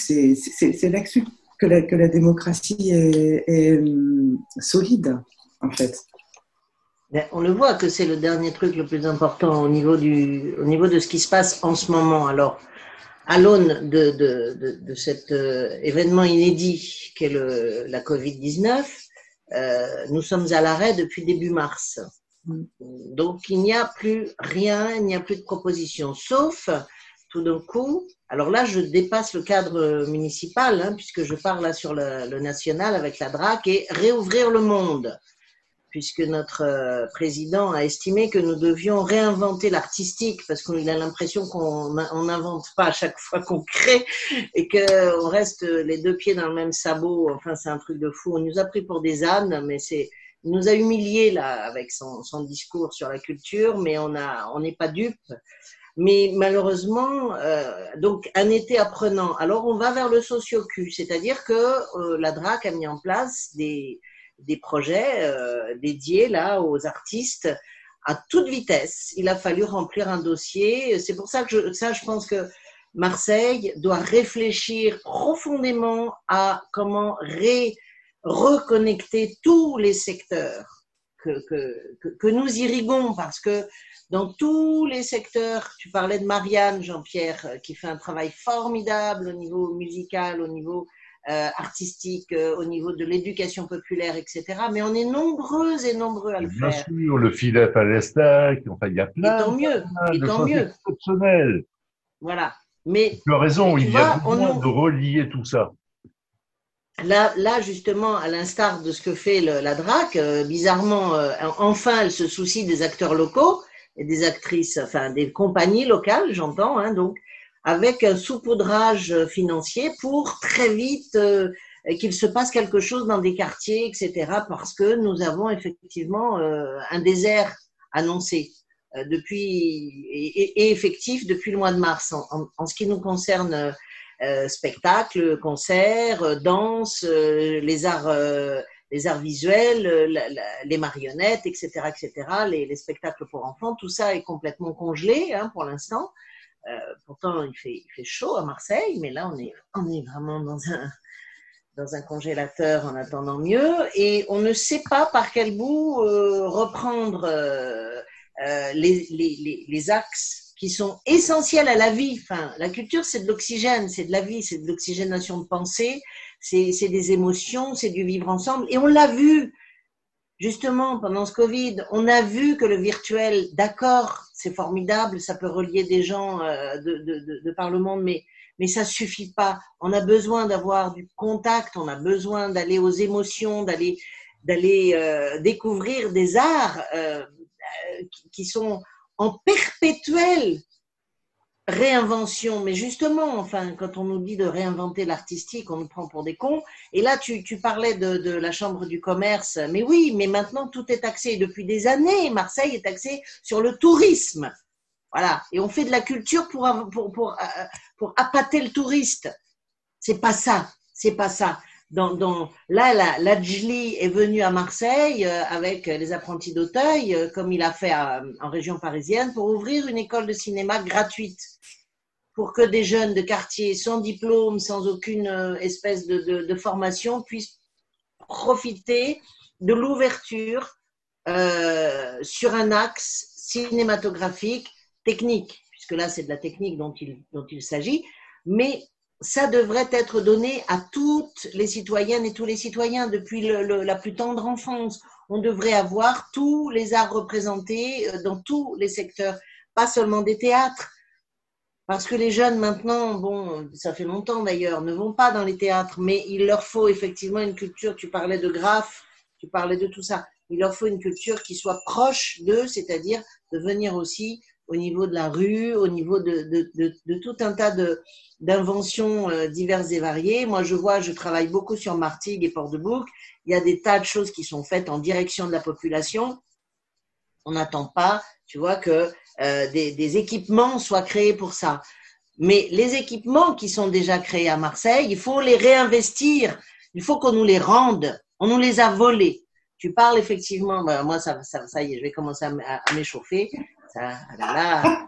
que la démocratie est solide, en fait. On le voit que c'est le dernier truc le plus important au niveau de ce qui se passe en ce moment. Alors, à l'aune de cet événement inédit qu'est la Covid-19, nous sommes à l'arrêt depuis début mars. Donc, il n'y a plus rien, il n'y a plus de propositions, sauf tout d'un coup, alors là, je dépasse le cadre municipal, puisque je pars là sur le national avec la DRAC, et réouvrir le monde, puisque notre président a estimé que nous devions réinventer l'artistique, parce qu'il a l'impression qu'on n'invente pas à chaque fois qu'on crée, et qu'on reste les deux pieds dans le même sabot. Enfin, c'est un truc de fou. On nous a pris pour des ânes, mais il nous a humiliés là avec son discours sur la culture, mais on n'est pas dupes. Mais malheureusement, donc un été apprenant. Alors on va vers le socio-cul, c'est-à-dire que la DRAC a mis en place des projets dédiés là aux artistes à toute vitesse. Il a fallu remplir un dossier. C'est pour ça que je pense que Marseille doit réfléchir profondément à comment reconnecter tous les secteurs que nous irriguons, parce que dans tous les secteurs, tu parlais de Marianne, Jean-Pierre, qui fait un travail formidable au niveau musical, au niveau artistique, au niveau de l'éducation populaire, etc. Mais on est nombreux et nombreux à le faire. Bien sûr, le filet Palestac, enfin, il y a plein de choses exceptionnelles. Voilà. Mais tu as raison, il y a besoin de relier tout ça. Là, justement, à l'instar de ce que fait la DRAC, bizarrement, enfin, elle se soucie des acteurs locaux et des actrices, enfin, des compagnies locales, j'entends, donc, avec un saupoudrage financier pour très vite qu'il se passe quelque chose dans des quartiers, etc., parce que nous avons effectivement un désert annoncé et effectif depuis le mois de mars. En ce qui nous concerne, spectacles, concerts, danse, les arts visuels, les marionnettes, etc., etc., les spectacles pour enfants, tout ça est complètement congelé pour l'instant. Pourtant, il fait chaud à Marseille, mais là, on est vraiment dans un congélateur en attendant mieux, et on ne sait pas par quel bout reprendre les axes qui sont essentiels à la vie. Enfin, la culture, c'est de l'oxygène, c'est de la vie, c'est de l'oxygénation de pensée, c'est des émotions, c'est du vivre ensemble. Et on l'a vu, justement, pendant ce Covid, on a vu que le virtuel, d'accord, c'est formidable, ça peut relier des gens de par le monde, mais ça suffit pas. On a besoin d'avoir du contact, on a besoin d'aller aux émotions, d'aller découvrir des arts qui sont en perpétuelle réinvention. Mais justement, enfin, quand on nous dit de réinventer l'artistique, on nous prend pour des cons. Et là, tu parlais de la Chambre du commerce. Mais oui, mais maintenant, tout est axé. Depuis des années, Marseille est axé sur le tourisme. Voilà. Et on fait de la culture pour appâter le touriste. C'est pas ça. C'est pas ça. Là, la Djli est venue à Marseille avec les apprentis d'Auteuil, comme il a fait en région parisienne, pour ouvrir une école de cinéma gratuite, pour que des jeunes de quartier sans diplôme, sans aucune espèce de formation, puissent profiter de l'ouverture sur un axe cinématographique, technique, puisque là, c'est de la technique dont il s'agit, mais ça devrait être donné à toutes les citoyennes et tous les citoyens depuis la plus tendre enfance. On devrait avoir tous les arts représentés dans tous les secteurs, pas seulement des théâtres. Parce que les jeunes maintenant, bon, ça fait longtemps d'ailleurs, ne vont pas dans les théâtres, mais il leur faut effectivement une culture. Tu parlais de graphes, tu parlais de tout ça. Il leur faut une culture qui soit proche d'eux, c'est-à-dire de venir aussi au niveau de la rue, au niveau de tout un tas d'inventions diverses et variées. Moi, je travaille beaucoup sur Martigues et Port-de-Bouc. Il y a des tas de choses qui sont faites en direction de la population. On n'attend pas, tu vois, que des équipements soient créés pour ça. Mais les équipements qui sont déjà créés à Marseille, il faut les réinvestir. Il faut qu'on nous les rende. On nous les a volés. Tu parles effectivement, moi, ça y est, je vais commencer à m'échauffer. Là,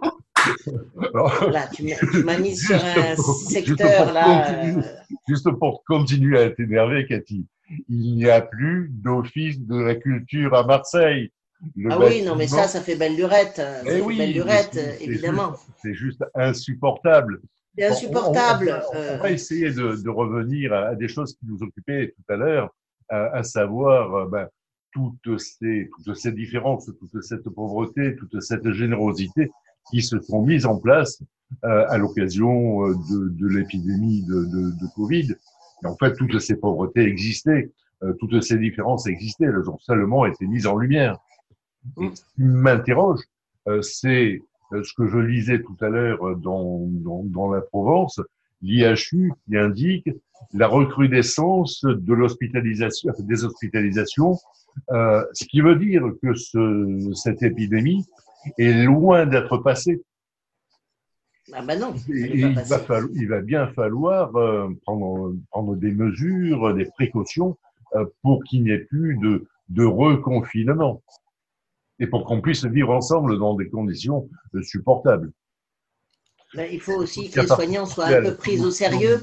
tu m'as mis sur un secteur là. Juste pour continuer à t'énerver, Cathy, il n'y a plus d'office de la culture à Marseille. Oui, non, mais ça fait belle lurette. Belle lurette, évidemment. C'est juste insupportable. C'est insupportable. On va essayer de revenir à des choses qui nous occupaient tout à l'heure, à savoir toutes ces différences, toute cette pauvreté, toute cette générosité qui se sont mises en place à l'occasion de l'épidémie de Covid. Et en fait, toutes ces pauvretés existaient, toutes ces différences existaient, elles ont seulement été mises en lumière. Et ce qui m'interroge, c'est ce que je lisais tout à l'heure dans la Provence, l'IHU qui indique la recrudescence de l'hospitalisation, des hospitalisations, ce qui veut dire que cette épidémie est loin d'être passée. Non. Il va bien falloir prendre des mesures, des précautions pour qu'il n'y ait plus de reconfinement et pour qu'on puisse vivre ensemble dans des conditions supportables. Il faut aussi que les soignants soient un peu pris au sérieux.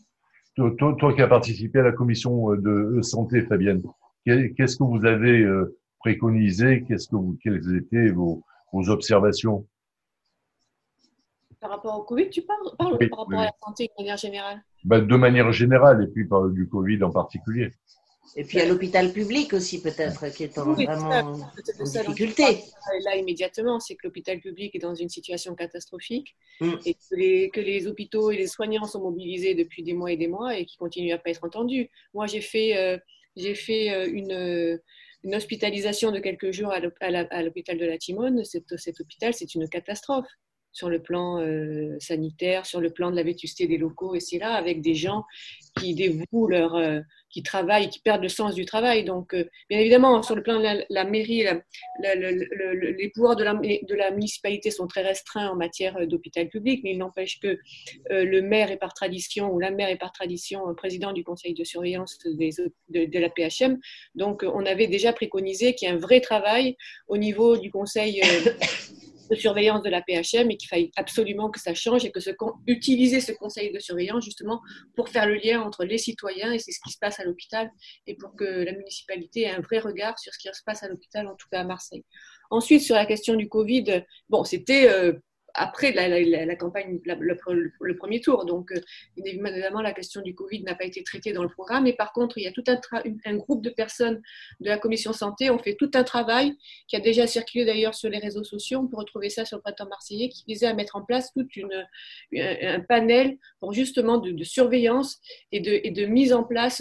Toi qui as participé à la commission de santé, Fabienne, qu'est-ce que vous avez préconisé? Quelles étaient vos observations? Par rapport au Covid, tu parles Oui, par rapport à la santé de manière générale? De manière générale, et puis du Covid en particulier. Et puis à l'hôpital public aussi, peut-être, qui est vraiment en difficulté. Là, immédiatement, c'est que l'hôpital public est dans une situation catastrophique et que les hôpitaux et les soignants sont mobilisés depuis des mois et qui continuent à ne pas être entendus. Moi, j'ai fait une hospitalisation de quelques jours à l'hôpital de la Timone. Cet hôpital, c'est une catastrophe. sur le plan sanitaire, sur le plan de la vétusté des locaux, et c'est là avec des gens qui dévouent qui travaillent, qui perdent le sens du travail. Donc, bien évidemment, sur le plan de la mairie, les pouvoirs de la municipalité sont très restreints en matière d'hôpital public, mais il n'empêche que le maire est par tradition, ou la maire est par tradition président du conseil de surveillance de la PHM. Donc, on avait déjà préconisé qu'il y ait un vrai travail au niveau du conseil de surveillance de la PHM et qu'il faille absolument que ça change et que utiliser ce conseil de surveillance justement pour faire le lien entre les citoyens et c'est ce qui se passe à l'hôpital et pour que la municipalité ait un vrai regard sur ce qui se passe à l'hôpital, en tout cas à Marseille. Ensuite, sur la question du Covid, bon, c'était après la campagne, le premier tour. Donc, évidemment, la question du Covid n'a pas été traitée dans le programme. Mais par contre, il y a tout un groupe de personnes de la commission santé ont fait tout un travail qui a déjà circulé d'ailleurs sur les réseaux sociaux. On peut retrouver ça sur le printemps marseillais, qui visait à mettre en place un panel pour justement de surveillance et de mise en place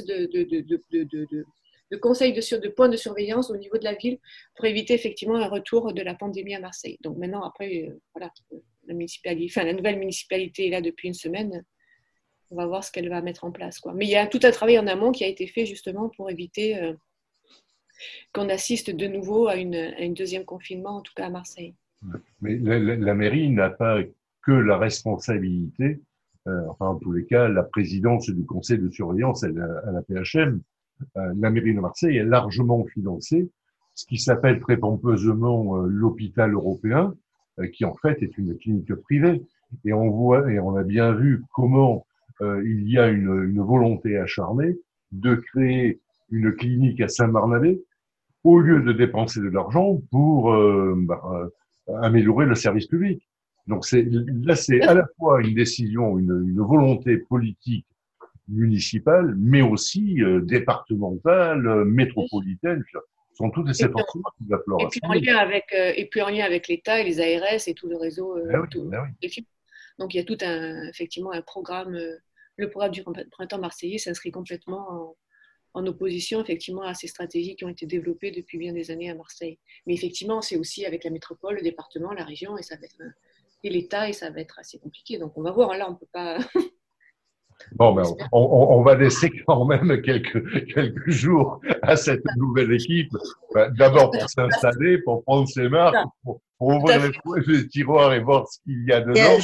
de conseils de points de surveillance au niveau de la ville pour éviter effectivement un retour de la pandémie à Marseille. Donc maintenant, après, voilà, la nouvelle municipalité est là depuis une semaine. On va voir ce qu'elle va mettre en place, quoi. Mais il y a tout un travail en amont qui a été fait justement pour éviter qu'on assiste de nouveau à un deuxième confinement, en tout cas à Marseille. Mais la mairie n'a pas que la responsabilité, enfin en tous les cas, la présidence du conseil de surveillance à la PHM. La mairie de Marseille est largement financée, ce qui s'appelle très pompeusement l'hôpital européen, qui en fait est une clinique privée. Et on a bien vu comment il y a une volonté acharnée de créer une clinique à Saint-Barnabé au lieu de dépenser de l'argent pour améliorer le service public. Donc c'est à la fois une décision, une volonté politique municipale, mais aussi départementale, métropolitaine. Ce sont toutes ces efforts qui doivent leur et puis en lien avec l'État et les ARS et tout le réseau. Oui. Donc il y a effectivement un programme. Le programme du printemps marseillais s'inscrit complètement en opposition effectivement à ces stratégies qui ont été développées depuis bien des années à Marseille. Mais effectivement, c'est aussi avec la métropole, le département, la région et l'État, et ça va être assez compliqué. Donc on va voir. Là, on peut pas. Bon, ben, on va laisser quand même quelques jours à cette nouvelle équipe, d'abord pour s'installer, pour prendre ses marques, pour ouvrir les tiroirs et voir ce qu'il y a dedans.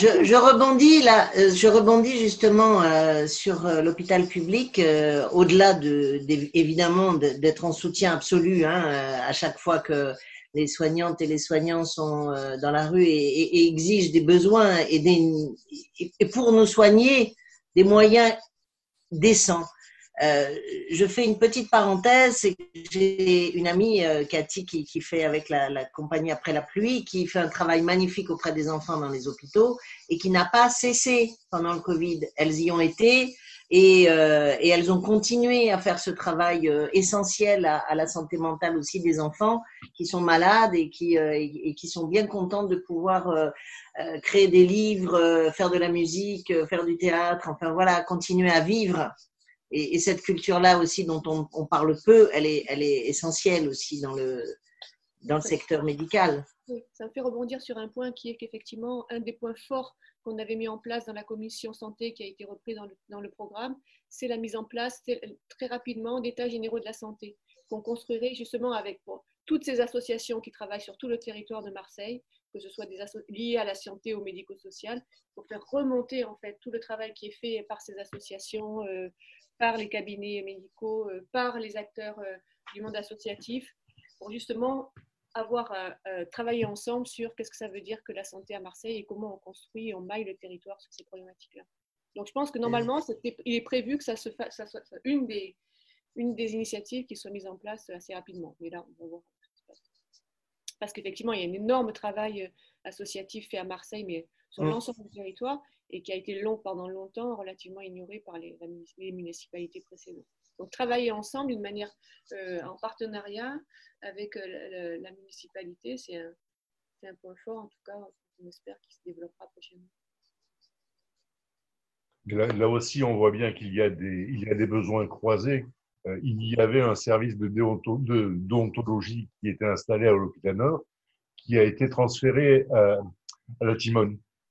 Je rebondis justement sur l'hôpital public, au-delà évidemment d'être en soutien absolu à chaque fois que les soignantes et les soignants sont dans la rue et exigent des besoins et pour nous soigner, des moyens décents. Je fais une petite parenthèse, c'est que j'ai une amie, Cathy, qui fait avec la compagnie Après la pluie, qui fait un travail magnifique auprès des enfants dans les hôpitaux et qui n'a pas cessé pendant le Covid. Elles y ont été et elles ont continué à faire ce travail essentiel à la santé mentale aussi des enfants qui sont malades et qui sont bien contentes de pouvoir créer des livres, faire de la musique, faire du théâtre, enfin voilà, continuer à vivre. Et cette culture-là aussi dont on parle peu, elle est essentielle aussi dans le secteur médical. Oui, ça me fait rebondir sur un point qui est qu'effectivement, un des points forts qu'on avait mis en place dans la commission santé qui a été repris dans le programme, c'est la mise en place très rapidement d'états généraux de la santé qu'on construirait justement avec toutes ces associations qui travaillent sur tout le territoire de Marseille, que ce soit liées à la santé ou au médico-social, pour faire remonter en fait tout le travail qui est fait par ces associations, par les cabinets médicaux, par les acteurs du monde associatif, pour justement travailler ensemble sur qu'est-ce que ça veut dire que la santé à Marseille et comment on construit et on maille le territoire sur ces problématiques-là. Donc je pense que normalement, il est prévu que ça soit une des initiatives qui soit mise en place assez rapidement. Mais là, on va voir. Parce qu'effectivement, il y a un énorme travail associatif fait à Marseille, mais sur l'ensemble du territoire, et qui a été pendant longtemps relativement ignoré par les municipalités précédentes. Donc travailler ensemble d'une manière en partenariat avec la municipalité, c'est un point fort, en tout cas, on espère qu'il se développera prochainement. Là aussi, on voit bien qu'il y a des besoins croisés. Il y avait un service de déontologie qui était installé à l'hôpital Nord, qui a été transféré à la Timone.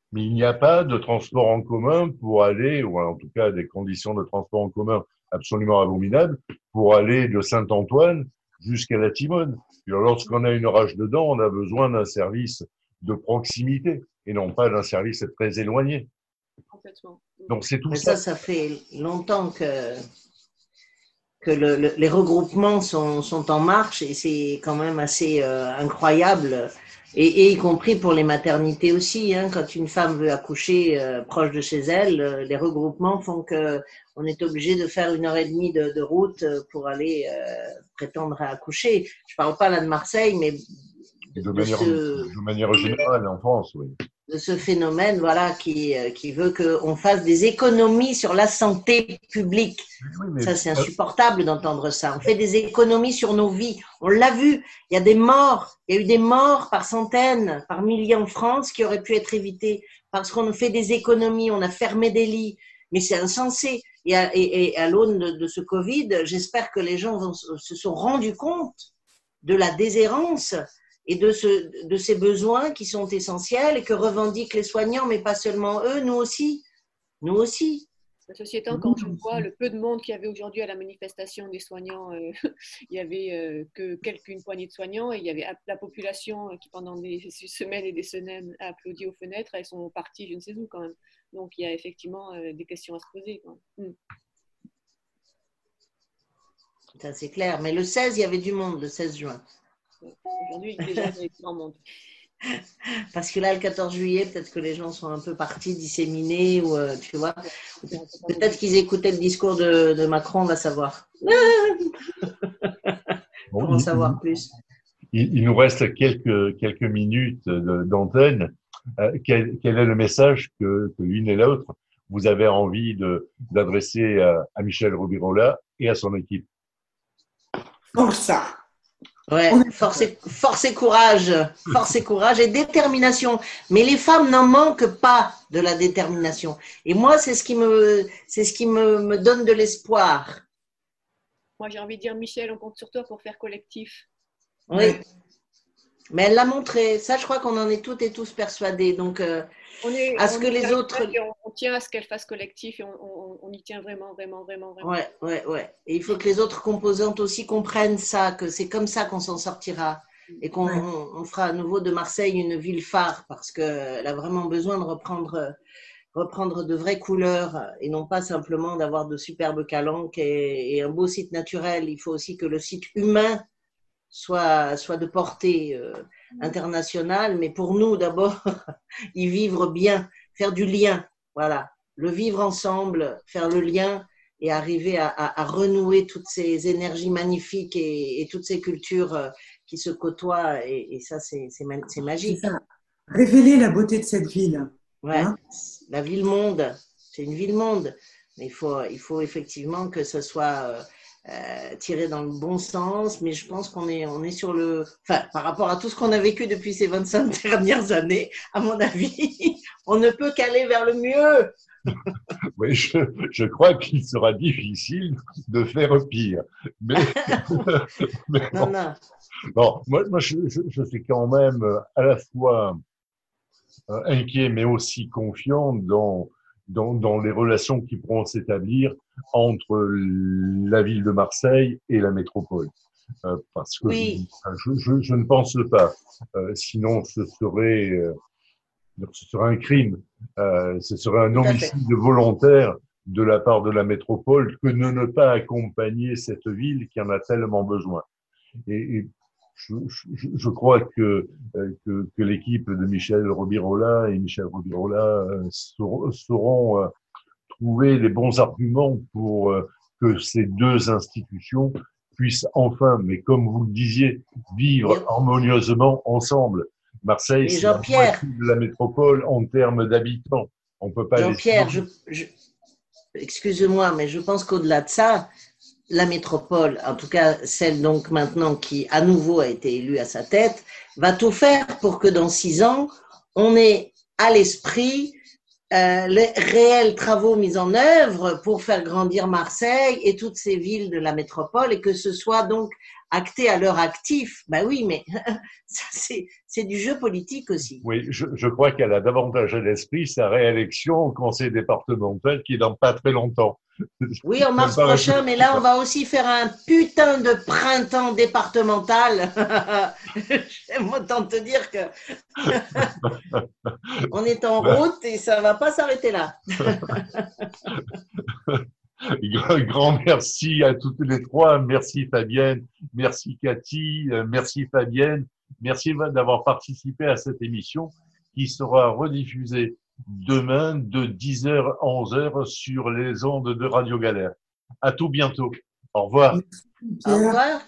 Mais il n'y a pas de transport en commun pour aller, ou en tout cas des conditions de transport en commun absolument abominables, pour aller de Saint-Antoine jusqu'à la Timone. Et alors, lorsqu'on a une rage dedans, on a besoin d'un service de proximité et non pas d'un service très éloigné. Complètement. Donc c'est tout Mais ça. ça fait longtemps que les regroupements sont en marche et c'est quand même assez incroyable. Et y compris pour les maternités aussi, hein, quand une femme veut accoucher proche de chez elle, les regroupements font que on est obligé de faire 1h30 de route pour aller prétendre à accoucher. Je parle pas là de Marseille, mais De manière générale en France, oui. De ce phénomène, voilà, qui veut qu'on fasse des économies sur la santé publique. Oui, ça, c'est insupportable d'entendre ça. On fait des économies sur nos vies. On l'a vu. Il y a des morts. Il y a eu des morts par centaines, par milliers en France qui auraient pu être évitées parce qu'on fait des économies. On a fermé des lits. Mais c'est insensé. Et à l'aune de ce Covid, j'espère que les gens se sont rendus compte de la déshérence et de ces besoins qui sont essentiels et que revendiquent les soignants, mais pas seulement eux, nous aussi. Nous aussi. Ceci étant, quand je vois le peu de monde qu'il y avait aujourd'hui à la manifestation des soignants, il n'y avait qu'une poignée de soignants et il y avait la population qui pendant des semaines et des semaines a applaudi aux fenêtres, elles sont parties je ne sais où quand même. Donc il y a effectivement des questions à se poser. Ça c'est clair, mais le 16, il y avait du monde, le 16 juin. Aujourd'hui, déjà, il y a grand monde. Parce que là, le 14 juillet, peut-être que les gens sont un peu partis, disséminés, ou tu vois. Peut-être qu'ils écoutaient le discours de Macron, on va savoir. Bon, on va savoir plus. Il nous reste quelques minutes d'antenne. Quel est le message que l'une et l'autre vous avez envie d'adresser à Michel Rubirola et à son équipe? Força. Ouais, force et courage et détermination. Mais les femmes n'en manquent pas de la détermination. Et moi, c'est ce qui me donne de l'espoir. Moi, j'ai envie de dire, Michel, on compte sur toi pour faire collectif. Oui. Mais elle l'a montré. Ça, je crois qu'on en est toutes et tous persuadés. Donc, on tient à ce qu'elle fasse collectif et on y tient vraiment. Ouais. Et il faut que les autres composantes aussi comprennent ça, que c'est comme ça qu'on s'en sortira et qu'on fera à nouveau de Marseille une ville phare parce qu'elle a vraiment besoin de reprendre de vraies couleurs et non pas simplement d'avoir de superbes calanques et un beau site naturel. Il faut aussi que le site humain soit de portée internationale, mais pour nous d'abord, y vivre bien, faire du lien, voilà, le vivre ensemble, faire le lien et arriver à renouer toutes ces énergies magnifiques et toutes ces cultures qui se côtoient et ça c'est magique. C'est ça. Révéler la beauté de cette ville. Ouais, la ville-monde, c'est une ville-monde, mais il faut effectivement que ce soit tiré dans le bon sens, mais je pense qu'on est sur le... Enfin, par rapport à tout ce qu'on a vécu depuis ces 25 dernières années, à mon avis, on ne peut qu'aller vers le mieux. Oui, je crois qu'il sera difficile de faire pire. Mais non. Bon, moi je suis quand même à la fois inquiet, mais aussi confiant dans les relations qui pourront s'établir entre la ville de Marseille et la métropole. Parce que je ne pense pas. Sinon, ce serait un crime. Ce serait un homicide volontaire de la part de la métropole que de ne pas accompagner cette ville qui en a tellement besoin. Et je crois que l'équipe de Michel Rubirola et Michel Rubirola sauront trouver les bons arguments pour que ces deux institutions puissent enfin, mais comme vous le disiez, vivre harmonieusement ensemble. Marseille, c'est la moitié de la métropole en termes d'habitants. On peut pas. Jean-Pierre, excuse-moi, mais je pense qu'au-delà de ça, la métropole, en tout cas celle donc maintenant qui à nouveau a été élue à sa tête, va tout faire pour que dans 6 ans, on ait à l'esprit les réels travaux mis en œuvre pour faire grandir Marseille et toutes ces villes de la métropole et que ce soit donc actés à leur actif. Ben oui, mais ça, c'est du jeu politique aussi. Oui, je crois qu'elle a davantage à l'esprit sa réélection au conseil départemental qui est dans pas très longtemps. Oui, en mars prochain, mais là, on va aussi faire un putain de printemps départemental. J'aime autant te dire que on est en route et ça va pas s'arrêter là. Grand merci à toutes les trois. Merci Fabienne, merci Cathy, merci Fabienne. Merci d'avoir participé à cette émission qui sera rediffusée demain de 10h à 11h sur les ondes de Radio Galère. À tout bientôt. Au revoir. Au revoir.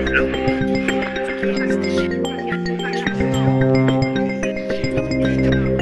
Thank you.